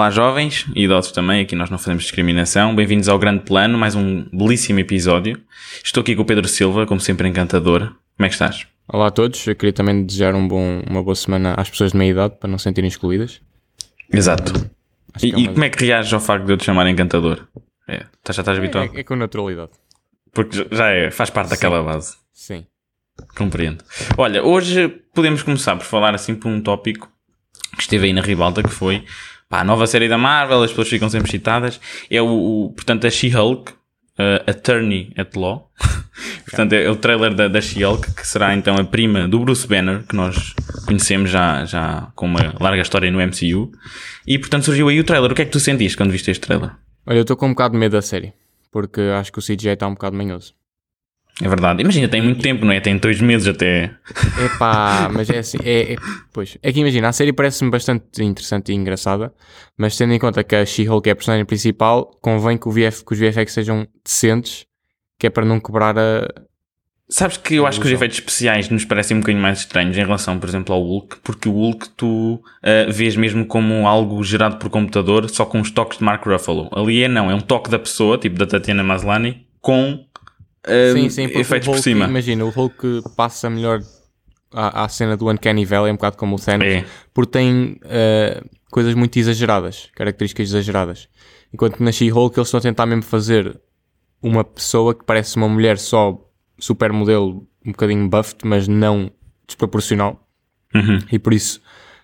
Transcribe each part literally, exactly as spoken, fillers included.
Olá jovens e idosos também, aqui nós não fazemos discriminação. Bem-vindos ao Grande Plano, mais um belíssimo episódio. Estou aqui com o Pedro Silva, como sempre encantador. Como é que estás? Olá a todos, eu queria também desejar um bom, uma boa semana às pessoas de meia idade para não se sentirem excluídas. Exato. Acho E, que é e uma- como é que reages ao facto de eu te chamar encantador? É, já estás habituado? É, é com naturalidade. Porque já é, faz parte Sim. daquela base. Sim. Compreendo. Olha, hoje podemos começar por falar assim por um tópico que esteve aí na ribalta, que foi pá, a nova série da Marvel, as pessoas ficam sempre citadas. É o, o portanto, a She-Hulk, uh, Attorney at Law. Portanto, é o trailer da, da She-Hulk, que será então a prima do Bruce Banner, que nós conhecemos já, já com uma larga história no M C U. E portanto surgiu aí o trailer. O que é que tu sentiste quando viste este trailer? Olha, eu estou com um bocado de medo da série, porque acho que o C G I está um bocado manhoso. É verdade. Imagina, tem muito tempo, não é? Tem dois meses até. Epá, mas é assim, é, é, pois, é que imagina, a série parece-me bastante interessante e engraçada, mas tendo em conta que a She-Hulk é a personagem principal, convém que, o V F, que os V F X sejam decentes, que é para não quebrar a... Sabes que eu acho que os efeitos especiais nos parecem um bocadinho mais estranhos em relação, por exemplo, ao Hulk, porque o Hulk tu uh, vês mesmo como algo gerado por computador, só com os toques de Mark Ruffalo. Ali é não, é um toque da pessoa, tipo da Tatiana Maslany, com uh, sim, sim, efeitos o Hulk, por cima. Imagina, o Hulk passa melhor à, à cena do Uncanny Valley, é um bocado como o Thanos, É. porque tem uh, coisas muito exageradas, características exageradas. Enquanto que na She-Hulk eles estão a tentar mesmo fazer uma pessoa que parece uma mulher só supermodelo, um bocadinho buffed, mas não desproporcional. Uhum. E por isso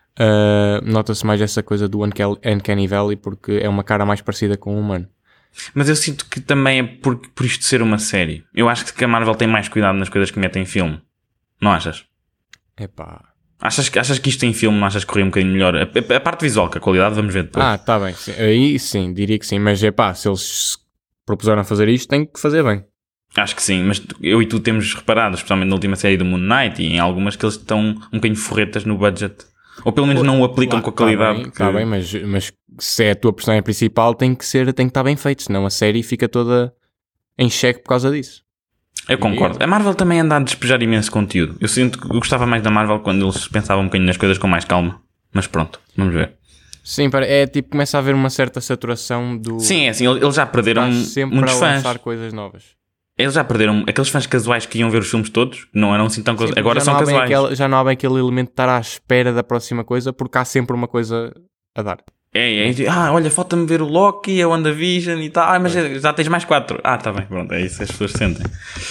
uh, nota-se mais essa coisa do Uncanny, Uncanny Valley, porque é uma cara mais parecida com um humano. Mas eu sinto que também é por, por isto ser uma série. Eu acho que a Marvel tem mais cuidado nas coisas que mete em filme. Não achas? Epá... Achas, que- achas que isto em filme não achas que corria um bocadinho melhor? A, a- a parte visual, que a qualidade vamos ver depois. Ah, tá bem. Sim. Aí sim, diria que sim. Mas é pá, se eles se propuseram a fazer isto, tem que fazer bem. Acho que sim, mas eu e tu temos reparado, especialmente na última série do Moon Knight e em algumas, que eles estão um bocadinho forretas no budget. Ou pelo menos não o aplicam Lá, com a qualidade. Tá bem, que... tá bem, mas, mas se é a tua personagem principal, tem que ser, tem que estar bem feito, senão a série fica toda em xeque por causa disso. Eu concordo. A Marvel também anda a despejar imenso conteúdo. Eu sinto que eu gostava mais da Marvel quando eles pensavam um bocadinho nas coisas com mais calma. Mas pronto, vamos ver. Sim, pare- é tipo, começa a haver uma certa saturação do... Sim, é assim, eles já perderam Estás sempre muitos a fãs. lançar coisas novas. Eles já perderam aqueles fãs casuais que iam ver os filmes todos, não eram assim tão casuais. Sim, Agora já são não há bem casuais. aquele- já não há bem aquele elemento de estar à espera da próxima coisa, porque há sempre uma coisa a dar. É, é, ah, olha, falta-me ver o Loki, a WandaVision e tal. Ah, mas já tens mais quatro. Ah, tá bem, pronto, é isso que as pessoas sentem.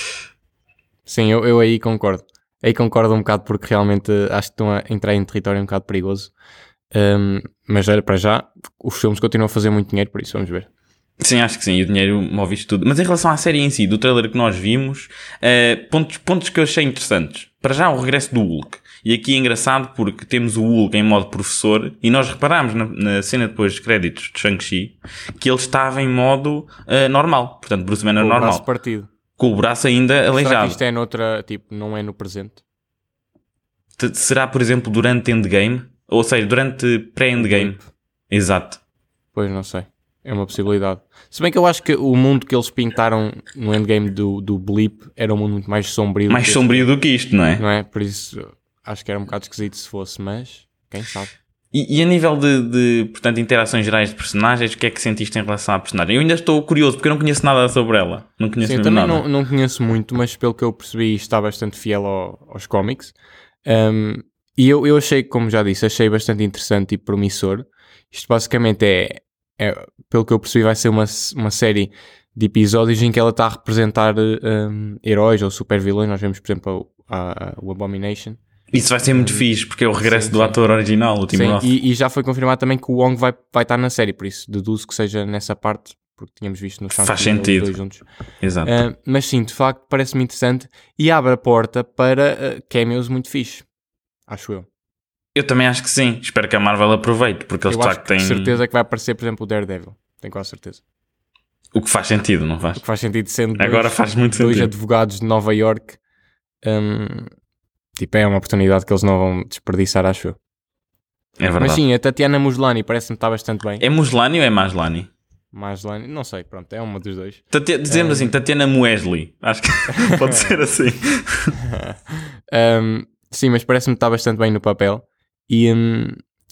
Sim, eu, eu aí concordo. Aí concordo um bocado, porque realmente eh, acho que estão a entrar em território um bocado perigoso. Um, mas olha, para já, os filmes continuam a fazer muito dinheiro, por isso vamos ver. Sim, acho que sim, e o dinheiro move isto tudo. Mas em relação à série em si, do trailer que nós vimos, eh, pontos, pontos que eu achei interessantes. Para já, o regresso do Hulk. E aqui é engraçado porque temos o Hulk em modo professor e nós reparámos na, na cena depois dos créditos de Shang-Chi que ele estava em modo eh, normal. Portanto, Bruce Banner Com o normal. braço partido. Com o braço ainda Será que aleijado. isto é noutra, tipo, não é no presente? T- Será, por exemplo, durante Endgame? Ou seja, durante pré-Endgame? Exato. Pois, não sei. É uma possibilidade. Se bem que eu acho que o mundo que eles pintaram no Endgame do, do Blip era um mundo muito mais sombrio. Mais do que sombrio do que isto, não é? este, não é? Por isso, acho que era um bocado esquisito se fosse, mas quem sabe. E, e a nível de, de, portanto, interações gerais de personagens, o que é que sentiste em relação à personagem? Eu ainda estou curioso, porque eu não conheço nada sobre ela. Não conheço Sim, eu mesmo também nada. não, não conheço muito, mas pelo que eu percebi está bastante fiel ao- aos cómics. Um, e eu, eu achei, como já disse, achei bastante interessante e promissor. Isto basicamente é, é pelo que eu percebi, vai ser uma, uma série de episódios em que ela está a representar um, heróis ou super vilões. Nós vemos, por exemplo, a, a, o Abomination. Isso vai ser muito fixe, porque é o regresso Sim, do sim. ator original, o Tim Sim, Roth. e, e já foi confirmado também que o Wong vai, vai estar na série, por isso deduzo que seja nessa parte, porque tínhamos visto no Faz Shang-Chi eles sentido. dois juntos. Exato. Uh, mas sim, de facto parece-me interessante e abre a porta para uh, cameos muito fixe, acho eu. Eu também acho que sim. Espero que a Marvel aproveite, porque eles eu de acho facto que têm... de certeza que vai aparecer, por exemplo, o Daredevil, tenho quase certeza. O que faz sentido, não faz? O que faz sentido sendo dois, Agora faz muito dois sentido. advogados de Nova York. Um, tipo, é uma oportunidade que eles não vão desperdiçar, acho eu. É verdade. Mas sim, a Tatiana Maslany parece-me estar bastante bem. É Muslani ou é Maslani? Maslany, não sei, pronto, é uma dos dois. Tati... Dizemos assim, Tatiana Muesli. Acho que pode ser assim. um, sim, mas parece-me estar bastante bem no papel. E, um,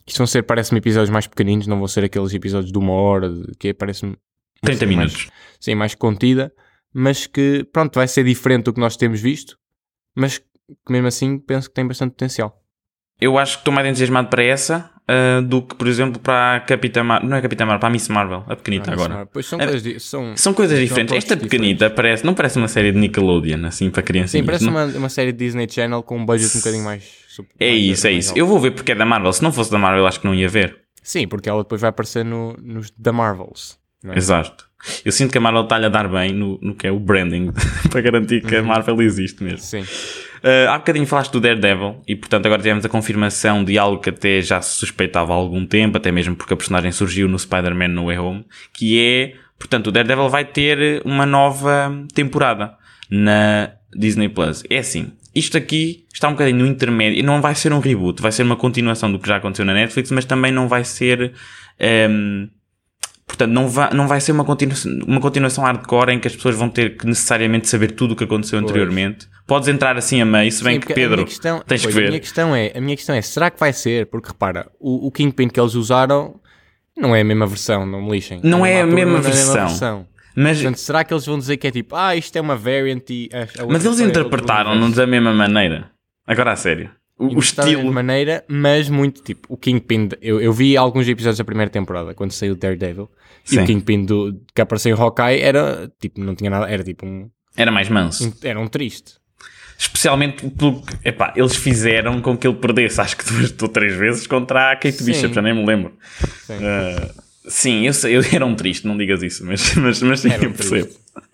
Isto vão ser, parece-me, episódios mais pequeninos, não vão ser aqueles episódios de uma hora, que parece-me... trinta minutos. Mais, sim, mais contida, mas que, pronto, vai ser diferente do que nós temos visto, mas que mesmo assim penso que tem bastante potencial. Eu acho que estou mais entusiasmado para essa uh, do que, por exemplo, para a Capitã Marvel. Não é Capitã Marvel, para a Miss Marvel, a pequenita ah, agora. Pois são, a, coisas, di- são, são coisas diferentes. Esta pequenita parece, não parece uma série de Nickelodeon, assim, para criancinhas. Sim, parece não? Uma, uma série de Disney Channel com um budget um bocadinho mais... Super, é mais isso, é mais isso. alto. Eu vou ver porque é da Marvel. Se não fosse da Marvel, acho que não ia ver. Sim, porque ela depois vai aparecer no, nos da Marvels. Não é? Exato. Eu sinto que a Marvel está-lhe a dar bem no, no que é o branding, para garantir que a Marvel existe mesmo. Sim. Uh, há bocadinho falaste do Daredevil e, portanto, agora tivemos a confirmação de algo que até já se suspeitava há algum tempo, até mesmo porque a personagem surgiu no Spider-Man No Way Home, que é, portanto, o Daredevil vai ter uma nova temporada na Disney Plus. É assim, isto aqui está um bocadinho no intermédio, e não vai ser um reboot, vai ser uma continuação do que já aconteceu na Netflix, mas também não vai ser... Um, Portanto, não vai, não vai ser uma continuação, uma continuação hardcore em que as pessoas vão ter que necessariamente saber tudo o que aconteceu pois. anteriormente. Podes entrar assim a meio, se bem Sim, que Pedro, questão, tens pois, que ver. A minha, questão é, a minha questão é, será que vai ser? Porque repara, o, o Kingpin que eles usaram não é a mesma versão, não me lixem. Não é, é a mesma não versão. É a mesma versão. Mas, Portanto, será que eles vão dizer que é tipo, ah, isto é uma variant e... A, a mas eles interpretaram-no da mesma maneira. Agora a sério. O, o estilo... de maneira, mas muito tipo, o Kingpin, eu, eu vi alguns episódios da primeira temporada, quando saiu o Daredevil, Sim. e o Kingpin do, que apareceu em Hawkeye era, tipo, não tinha nada, era tipo um... Era mais manso. Um, era um triste. Especialmente porque, epá, eles fizeram com que ele perdesse, acho que duas ou três vezes contra a Kate Sim. Bishop, já nem me lembro. Sim, uh, sim eu sei, eu era um triste, não digas isso, mas, mas, mas sim, um eu percebo.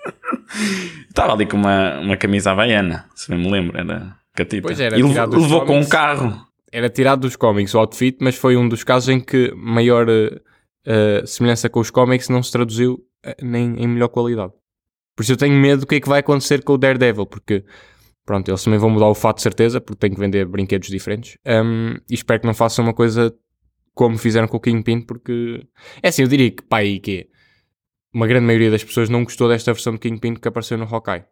Estava ali com uma, uma camisa havaiana, se bem me lembro, era... Catita. Pois era, e levou com um carro. Era tirado dos cómics o outfit, mas foi um dos casos em que maior uh, uh, semelhança com os cómics não se traduziu uh, nem em melhor qualidade. Por isso eu tenho medo do que é que vai acontecer com o Daredevil, porque pronto, eles também vão mudar o fato de certeza, porque têm que vender brinquedos diferentes. Um, e espero que não façam uma coisa como fizeram com o Kingpin, porque é assim, eu diria que pá, aí que uma grande maioria das pessoas não gostou desta versão de Kingpin que apareceu no Hawkeye.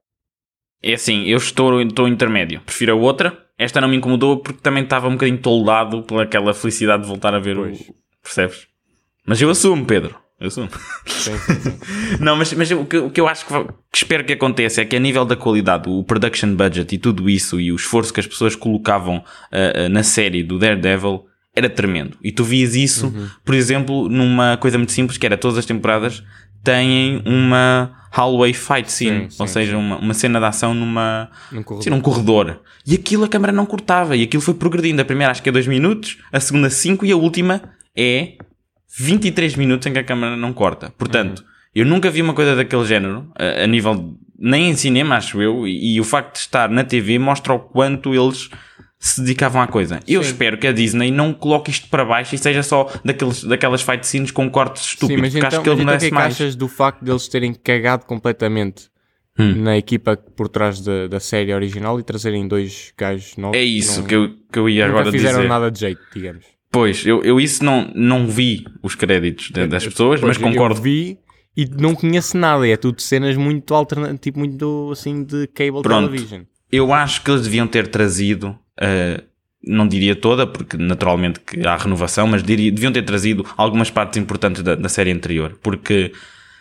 É assim, eu estou, estou intermédio. Prefiro a outra. Esta não me incomodou porque também estava um bocadinho toldado pelaquela felicidade de voltar a ver pois. o... Percebes? Mas eu assumo, Pedro. Eu assumo. Sim, sim, sim. Não, mas, mas o, que, o que eu acho que, que espero que aconteça é que a nível da qualidade, o production budget e tudo isso e o esforço que as pessoas colocavam uh, uh, na série do Daredevil era tremendo. E tu vias isso, uhum. por exemplo, numa coisa muito simples que era todas as temporadas têm uma hallway fight scene, sim, ou sim, seja, uma, uma cena de ação numa, num corredor. Sim, num corredor. E aquilo a câmera não cortava, e aquilo foi progredindo. A primeira acho que é dois minutos, a segunda cinco e a última é vinte e três minutos em que a câmera não corta. Portanto, uhum. eu nunca vi uma coisa daquele género, a, a nível, nem em cinema acho eu, e, e o facto de estar na T V mostra o quanto eles se dedicavam à coisa. Eu Sim. espero que a Disney não coloque isto para baixo e seja só daqueles, daquelas fight scenes com cortes estúpidos. Sim, mas porque então, acho que ele então merece o que é que mais. achas do facto de eles terem cagado completamente hum. na equipa por trás da, da série original e trazerem dois gajos novos? É isso não, que, eu, que eu ia agora dizer. Não fizeram nada de jeito, digamos. Pois, eu, eu isso não, não vi os créditos de, das pessoas, pois, mas concordo. Eu vi e não conheço nada. É tudo cenas muito alternativas, tipo muito assim de cable Pronto. television. Eu acho que eles deviam ter trazido... Uh, não diria toda, porque naturalmente que há renovação, mas diria, deviam ter trazido algumas partes importantes da, da série anterior, porque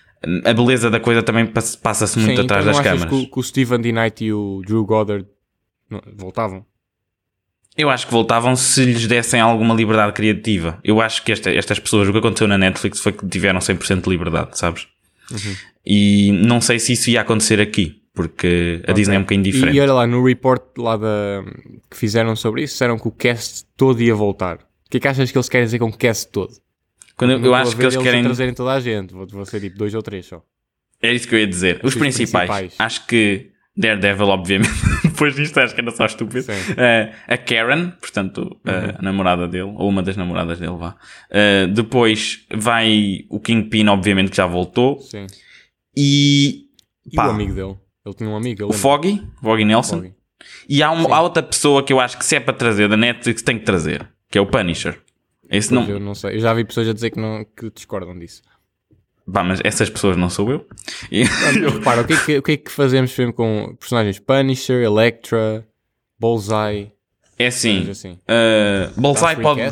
a beleza da coisa também passa-se muito Sim, atrás então das câmaras. Que o, que o Steven D. Knight e o Drew Goddard não, voltavam? Eu acho que voltavam se lhes dessem alguma liberdade criativa. Eu acho que esta, estas pessoas, o que aconteceu na Netflix foi que tiveram cem por cento de liberdade, sabes? Uhum. E não sei se isso ia acontecer aqui. Porque a okay. Disney é um bocadinho diferente. E olha lá, no report lá da, que fizeram sobre isso, disseram que o cast todo ia voltar. O que é que achas que eles querem dizer com o cast todo? Quando eu, eu acho que eles, eles querem... trazerem toda a gente. Vou, vou ser tipo dois ou três só. É isso que eu ia dizer. Os, Os principais. principais. Acho que Daredevil, obviamente. Depois disto acho que era só estúpido. Uh, a Karen, portanto, uhum. a namorada dele. Ou uma das namoradas dele, vá. Uh, depois vai o Kingpin, obviamente, que já voltou. Sim. E... E pá, o amigo dele. Ele tinha um amigo. O Foggy, Foggy Nelson. Foggy. E há, uma, há outra pessoa que eu acho que se é para trazer da Netflix tem que trazer, que é o Punisher. Esse não... Eu não sei. Eu já vi pessoas a dizer que, não, que discordam disso. Bah, mas essas pessoas não sou eu. E... Não, repara, o que, é que, o que é que fazemos com personagens Punisher, Elektra, Bullseye? É assim, assim. Uh, Bullseye, pode,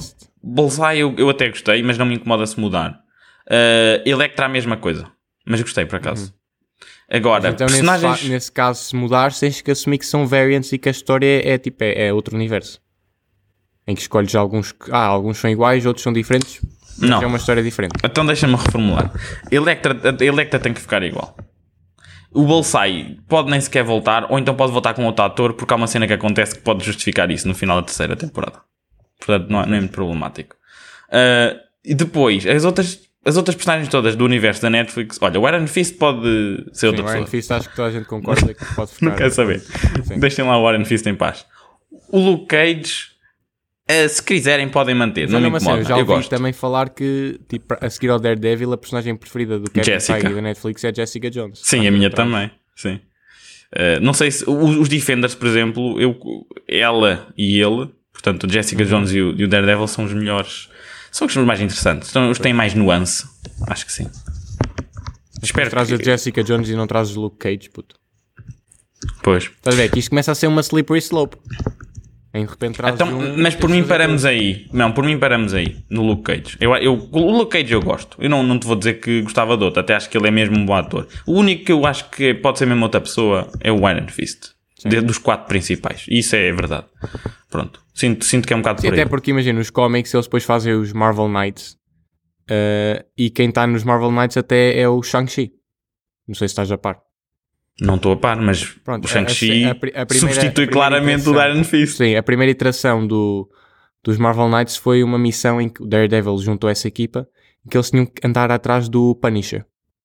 Bullseye eu, eu até gostei, mas não me incomoda-se mudar. Uh, Electra a mesma coisa, mas gostei por acaso. Uhum. Agora, então, personagens... nesse, nesse caso, se mudar, tens que assumir que são variants e que a história é, tipo, é, é outro universo. Em que escolhes alguns... Ah, alguns são iguais, outros são diferentes. Não. É uma história diferente. Então deixa-me reformular. Electra, Electra tem que ficar igual. O Bullseye pode nem sequer voltar, ou então pode voltar com outro ator, porque há uma cena que acontece que pode justificar isso no final da terceira temporada. Portanto, não é, não é muito problemático. Uh, e depois, as outras... As outras personagens todas do universo da Netflix... Olha, o Iron Fist pode ser Sim, outra pessoa. O Iron Fist acho que toda a gente concorda que pode ficar... Não quero saber. Sim. Deixem lá o Iron Fist em paz. O Luke Cage, uh, se quiserem, podem manter. Não me incomoda. Já ouvi eu gosto. também falar que, tipo, a seguir ao Daredevil, a personagem preferida do Kevin Feige da Netflix é Jessica Jones. Sim, a minha atrás. Também. Sim. Uh, não sei se... Os, os Defenders, por exemplo, eu, ela e ele... Portanto, Jessica uhum. Jones e o, e o Daredevil são os melhores... São os mais interessantes. Então, os que têm mais nuance. Acho que sim. Espero que... Trazes a Jessica Jones e não trazes o Luke Cage, puto. Pois. Estás a ver que isto começa a ser uma slippery slope. Em de repente trazes então, um... Mas por mim paramos tudo. aí. Não, por mim paramos aí. No Luke Cage. Eu, eu, o Luke Cage eu gosto. Eu não, não te vou dizer que gostava de outro. Até acho que ele é mesmo um bom ator. O único que eu acho que pode ser mesmo outra pessoa é o Iron Fist. De, dos quatro principais. E isso é verdade. Pronto. Sinto, sinto que é um bocado Sim, por aí. Até porque imagina, nos cómics eles depois fazem os Marvel Knights uh, e quem está nos Marvel Knights até é o Shang-Chi. Não sei se estás a par. Não estou a par, mas Pronto, o Shang-Chi a, a, a primeira, substitui a claramente o Iron Fist. Sim, a primeira iteração do, dos Marvel Knights foi uma missão em que o Daredevil juntou essa equipa em que eles tinham que andar atrás do Punisher.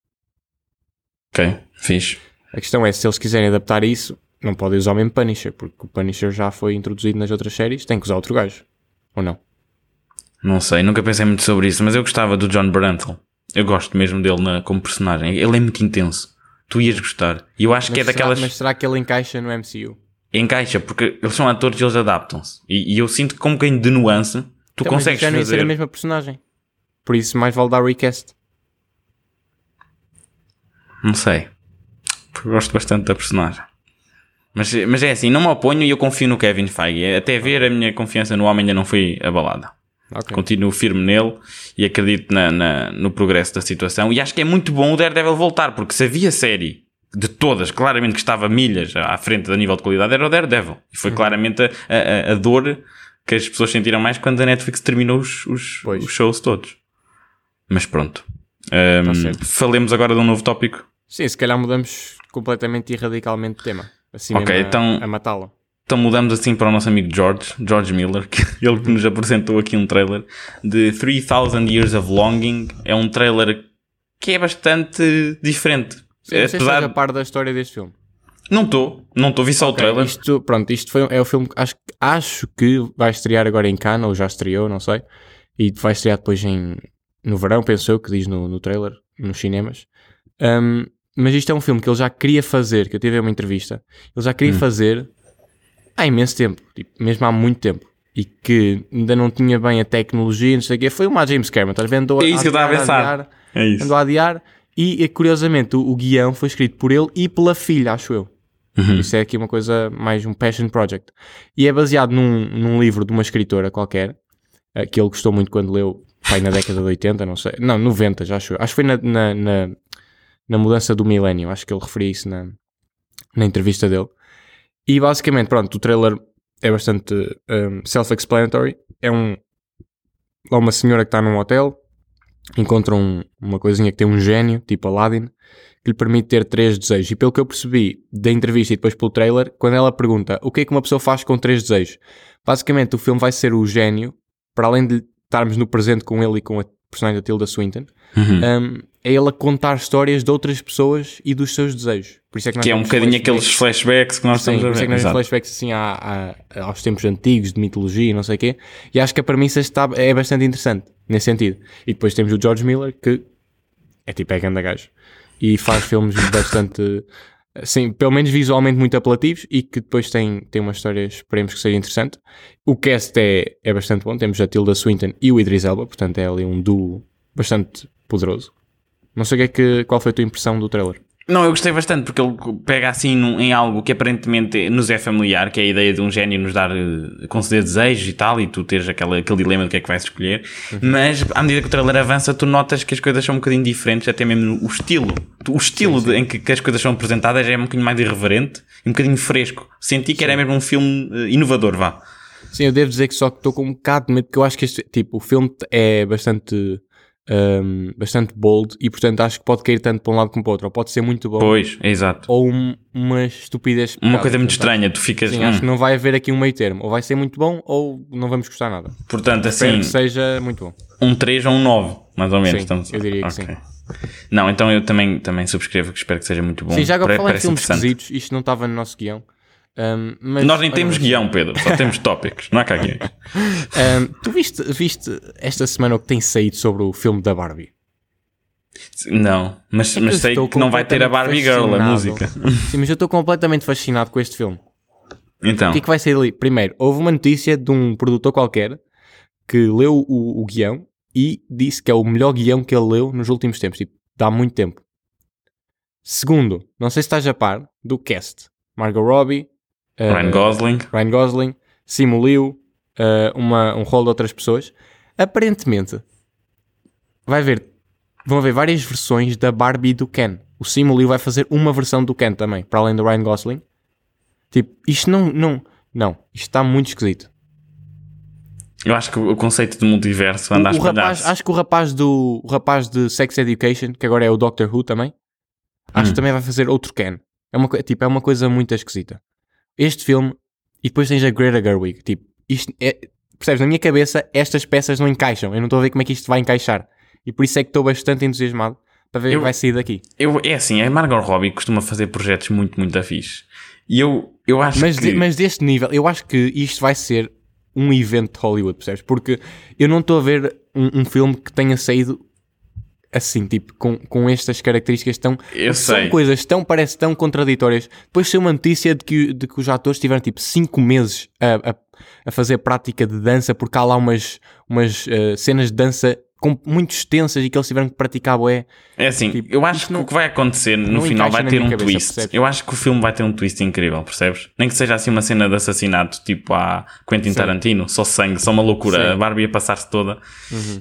Ok, fixe. A questão é, se eles quiserem adaptar isso, não podem usar o mesmo Punisher, porque o Punisher já foi introduzido nas outras séries, tem que usar outro gajo. Ou não? Não sei, nunca pensei muito sobre isso, mas eu gostava do John Bernthal. Eu gosto mesmo dele na, como personagem. Ele é muito intenso. Tu ias gostar. E eu acho mas que é será, daquelas... Mas será que ele encaixa no M C U? Encaixa, porque eles são atores e eles adaptam-se. E, e eu sinto que com um bocadinho de nuance, tu então, consegues mas já não ia fazer... ser a mesma personagem. Por isso mais vale dar recast. Não sei. Porque eu gosto bastante da personagem. Mas, mas é assim, não me oponho e eu confio no Kevin Feige. Até ver, a minha confiança no homem ainda não foi abalada. Okay. Continuo firme nele e acredito na, na, no progresso da situação. E acho que é muito bom o Daredevil voltar, porque se havia série de todas, claramente que estava milhas à frente da nível de qualidade, era o Daredevil. E foi uhum. claramente a, a, a dor que as pessoas sentiram mais quando a Netflix terminou os, os, os shows todos. Mas pronto. Um, tá falemos agora de um novo tópico. Sim, se calhar mudamos completamente e radicalmente de tema. Assim ok, mesmo então, a, a matá-lo. Então mudamos assim para o nosso amigo George, George Miller, que ele que nos apresentou aqui um trailer de three thousand Years of Longing. É um trailer que é bastante diferente. Sim, não sei se estás a par da história deste filme. Não estou, não estou, vi só okay, o trailer. Isto, pronto, isto foi, é o filme que acho, acho que vai estrear agora em Cannes, ou já estreou, não sei. E vai estrear depois em, no verão, penso eu, que diz no, no trailer, nos cinemas. Um, mas isto é um filme que ele já queria fazer, que eu tive uma entrevista, ele já queria hum. fazer há imenso tempo, tipo, mesmo há muito tempo, e que ainda não tinha bem a tecnologia, não sei o quê. Foi uma James Cameron, estás vendo? É isso que eu estava a pensar. É isso. Andou a adiar, e curiosamente o, o guião foi escrito por ele e pela filha, acho eu. Uhum. Isso é aqui uma coisa, mais um passion project. E é baseado num, num livro de uma escritora qualquer, que ele gostou muito quando leu, pai, na década de oitenta, não sei, não, noventa, já acho eu. Acho que foi na, na, na, na mudança do milénio, acho que ele referia isso na, na entrevista dele. E basicamente, pronto, o trailer é bastante um, self-explanatory. É um, lá uma senhora que está num hotel, encontra um, uma coisinha que tem um gênio, tipo Aladdin, que lhe permite ter três desejos. E pelo que eu percebi da entrevista e depois pelo trailer, quando ela pergunta o que é que uma pessoa faz com três desejos, basicamente o filme vai ser o gênio, para além de estarmos no presente com ele e com a personagem da Tilda Swinton, uhum. um, é ele a contar histórias de outras pessoas e dos seus desejos. Por isso é que, nós que é um bocadinho aqueles flashbacks que nós Sim, estamos a ver. Por isso é que nós temos flashbacks assim à, à, aos tempos antigos, de mitologia e não sei o quê. E acho que a premissa está, é bastante interessante, nesse sentido. E depois temos o George Miller, que é tipo, é grande gajo. E faz filmes bastante, assim, pelo menos visualmente muito apelativos e que depois tem, tem uma história, esperemos que seja interessante. O cast é, é bastante bom. Temos a Tilda Swinton e o Idris Elba, portanto é ali um duo bastante poderoso. Não sei o que é que, qual foi a tua impressão do trailer? Não, eu gostei bastante porque ele pega assim num, em algo que aparentemente nos é familiar, que é a ideia de um gênio nos dar, conceder desejos e tal, e tu teres aquela, aquele dilema do que é que vais escolher, uhum. Mas à medida que o trailer avança, tu notas que as coisas são um bocadinho diferentes, até mesmo o estilo. O estilo sim, sim. De, em que, que as coisas são apresentadas é um bocadinho mais irreverente e um bocadinho fresco. Senti que sim. Era mesmo um filme uh, inovador, vá. Sim, eu devo dizer que só que estou com um bocado de medo, porque eu acho que este, tipo, o filme é bastante... Um, bastante bold e portanto acho que pode cair tanto para um lado como para o outro, ou pode ser muito bom, pois, exato, ou um, uma estupidez uma coisa muito estranha, tu ficas sim, hum. acho que não vai haver aqui um meio termo, ou vai ser muito bom ou não vamos gostar nada, portanto espero assim que seja muito bom, um três ou um nove mais ou menos, sim, estamos... eu diria okay. que sim. Não, então eu também, também subscrevo que espero que seja muito bom. Sim, já agora falar em filmes esquisitos, isto não estava no nosso guião. Um, mas, nós nem temos guião, Pedro, só temos tópicos, não há cá guiões. um, tu viste, viste esta semana o que tem saído sobre o filme da Barbie? Não, mas, é mas sei que não vai ter a Barbie fascinado. Girl, a música. Sim, mas eu estou completamente fascinado com este filme. Então. O que é que vai sair ali? Primeiro, houve uma notícia de um produtor qualquer que leu o, o guião e disse que é o melhor guião que ele leu nos últimos tempos, tipo, dá muito tempo. Segundo, não sei se estás a par do cast. Margot Robbie, uh, Ryan Gosling, Ryan Gosling, Simu Liu, uh, uma, um rol de outras pessoas. Aparentemente, vai haver, vão haver várias versões da Barbie e do Ken. O Simu Liu vai fazer uma versão do Ken também, para além do Ryan Gosling. Tipo, isto não, não, não, isto está muito esquisito. Eu acho que o conceito de multiverso anda a espalhar-se. Acho que o rapaz, do, o rapaz de Sex Education, que agora é o Doctor Who também, acho hum. que também vai fazer outro Ken. É uma, tipo, é uma coisa muito esquisita. Este filme, e depois tens a Greta Gerwig, tipo, isto é, percebes, na minha cabeça estas peças não encaixam, eu não estou a ver como é que isto vai encaixar. E por isso é que estou bastante entusiasmado para ver o que vai sair daqui. Eu, é assim, a Margot Robbie costuma fazer projetos muito, muito afixos. E eu, eu acho mas que... De, mas deste nível, eu acho que isto vai ser um evento de Hollywood, percebes? Porque eu não estou a ver um, um filme que tenha saído assim, tipo, com, com estas características tão... Eu são sei. coisas tão, parece tão contraditórias. Depois saiu uma notícia de que, de que os atores tiveram, tipo, cinco meses a, a, a fazer prática de dança, porque há lá umas, umas uh, cenas de dança com, muito extensas e que eles tiveram que praticar, bué. É assim, tipo, eu acho que não, o que vai acontecer no final vai ter um cabeça, twist. Percebes? Eu acho que o filme vai ter um twist incrível, percebes? Nem que seja assim uma cena de assassinato, tipo a Quentin Sim. Tarantino, só sangue, só uma loucura. Sim. A Barbie a passar-se toda. Uhum.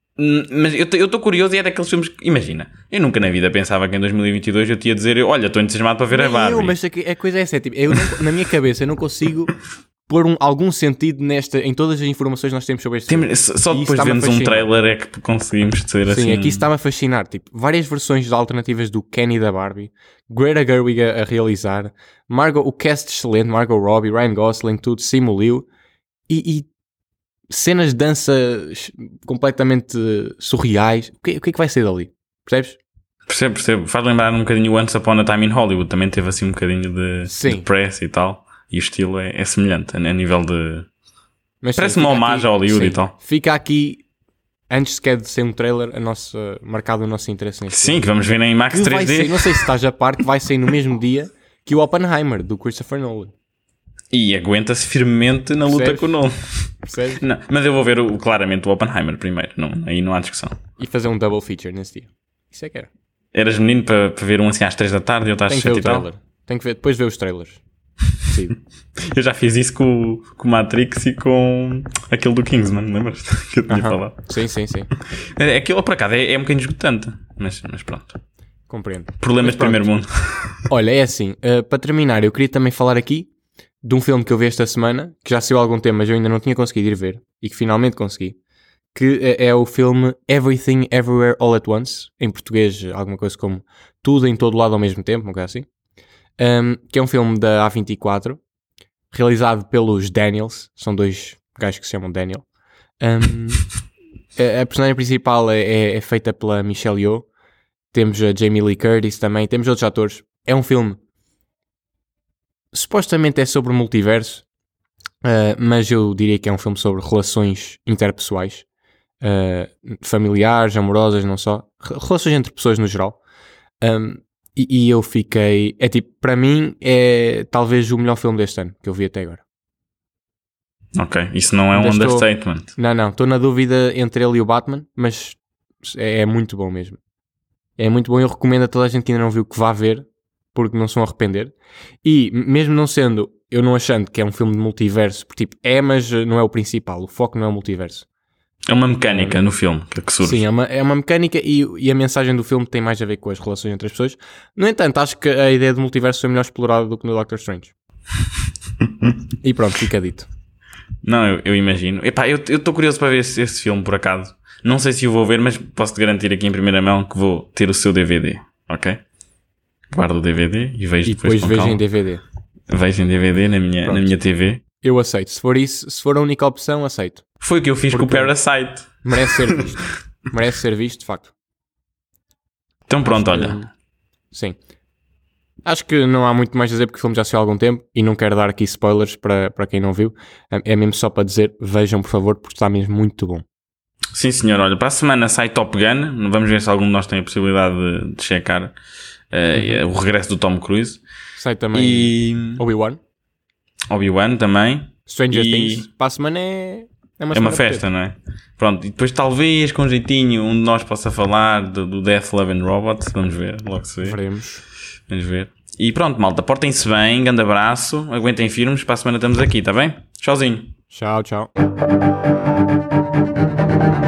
Mas eu estou curioso e é daqueles filmes que, imagina, eu nunca na vida pensava que em dois mil e vinte e dois eu te ia dizer, olha, estou entusiasmado para ver Nem a Barbie. Eu, mas a, a coisa é essa, tipo, eu não, na minha cabeça eu não consigo pôr um, algum sentido nesta, em todas as informações que nós temos sobre este Tem, filme. Só depois de vermos um trailer é que conseguimos ser Sim, assim. Sim, aqui está-me a fascinar, tipo, várias versões de alternativas do Ken e da Barbie, Greta Gerwig a, a realizar, Margot, o cast excelente, Margot Robbie, Ryan Gosling, tudo, Simu Liu, e... e cenas de dança completamente surreais. O que, o que é que vai ser dali? Percebes? Percebo, percebo. Faz lembrar um bocadinho Once Upon a Time in Hollywood. Também teve assim um bocadinho de, de press e tal. E o estilo é, é semelhante a nível de... Mas parece sim, uma homagem a Hollywood sim. e tal. Fica aqui, antes sequer de ser um trailer, a nossa, marcado o nosso interesse neste Sim, filme. que vamos ver em IMAX que três D. Ser, não sei se estás a par, que vai sair no mesmo dia que o Oppenheimer, do Christopher Nolan. E aguenta-se firmemente na luta Percebes? com o Nolan. Percebes? Não, mas eu vou ver o, claramente o Oppenheimer primeiro. Não, aí não há discussão. E fazer um double feature nesse dia. Isso é que era. Eras menino para, para ver um assim às três da tarde e outro às sete e tal? Tem que ver, depois ver os trailers. Sim. Eu já fiz isso com, com o Matrix e com aquele do Kingsman, lembras? Que eu tinha uh-huh. falado. Sim, sim, sim. Aquilo, por acaso, é, é um bocadinho esgotante. Mas, mas pronto. Compreendo. Problemas de primeiro mundo. Olha, é assim. Uh, para terminar, eu queria também falar aqui de um filme que eu vi esta semana, que já saiu há algum tempo, mas eu ainda não tinha conseguido ir ver, e que finalmente consegui, que é, é o filme Everything Everywhere All at Once, em português alguma coisa como Tudo em Todo Lado ao Mesmo Tempo, uma coisa assim, um, que é um filme da A vinte e quatro, realizado pelos Daniels, são dois gajos que se chamam Daniel. Um, a, a personagem principal é, é, é feita pela Michelle Yeoh, temos a Jamie Lee Curtis também, temos outros atores. É um filme supostamente é sobre o multiverso, uh, mas eu diria que é um filme sobre relações interpessoais, uh, familiares, amorosas, não só, relações entre pessoas no geral. Um, e, e eu fiquei, é tipo, para mim é talvez o melhor filme deste ano que eu vi até agora. Ok, isso não é um Ainda understatement. Estou, não, não, estou na dúvida entre ele e o Batman, mas é, é muito bom mesmo. É muito bom, eu recomendo a toda a gente que ainda não viu que vá ver, porque não se vão arrepender. E mesmo não sendo, eu não achando que é um filme de multiverso, porque tipo, é, mas não é o principal, o foco não é o multiverso. É uma mecânica no filme que surge. Sim, é uma, é uma mecânica e, e a mensagem do filme tem mais a ver com as relações entre as pessoas. No entanto, acho que a ideia do multiverso foi melhor explorada do que no Doctor Strange. E pronto, fica dito. Não, eu, eu imagino. Epá, eu estou curioso para ver esse, esse filme, por acaso. Não sei se o vou ver, mas posso-te garantir aqui em primeira mão que vou ter o seu D V D, ok? Guardo o D V D e vejo E depois, depois com vejo calma. em D V D. Vejo em D V D na minha, na minha T V. Eu aceito. Se for isso, se for a única opção, aceito. Foi o que eu fiz Porque com o Parasite. merece ser visto. Merece ser visto, de facto. Então pronto, Acho que- olha. Sim. Acho que não há muito mais a dizer porque o filme já saiu há algum tempo e não quero dar aqui spoilers para, para quem não viu. É mesmo só para dizer, vejam por favor, porque está mesmo muito bom. Sim, senhor. Olha, para a semana sai Top Gun. Vamos ver se algum de nós tem a possibilidade de, de checar uh, o regresso do Tom Cruise. Sai também E Obi-Wan, Obi-Wan também. Stranger E- Things. Para a semana é, é uma, É uma semana festa, não é? Pronto, e depois talvez com jeitinho um de nós possa falar do, do Death, Love and Robots. Vamos ver, logo se vê. Veremos. Vamos ver. E pronto, malta, portem-se bem, grande abraço, aguentem firmes, para a semana estamos aqui, tá bem? Tchauzinho. Tchau, tchau.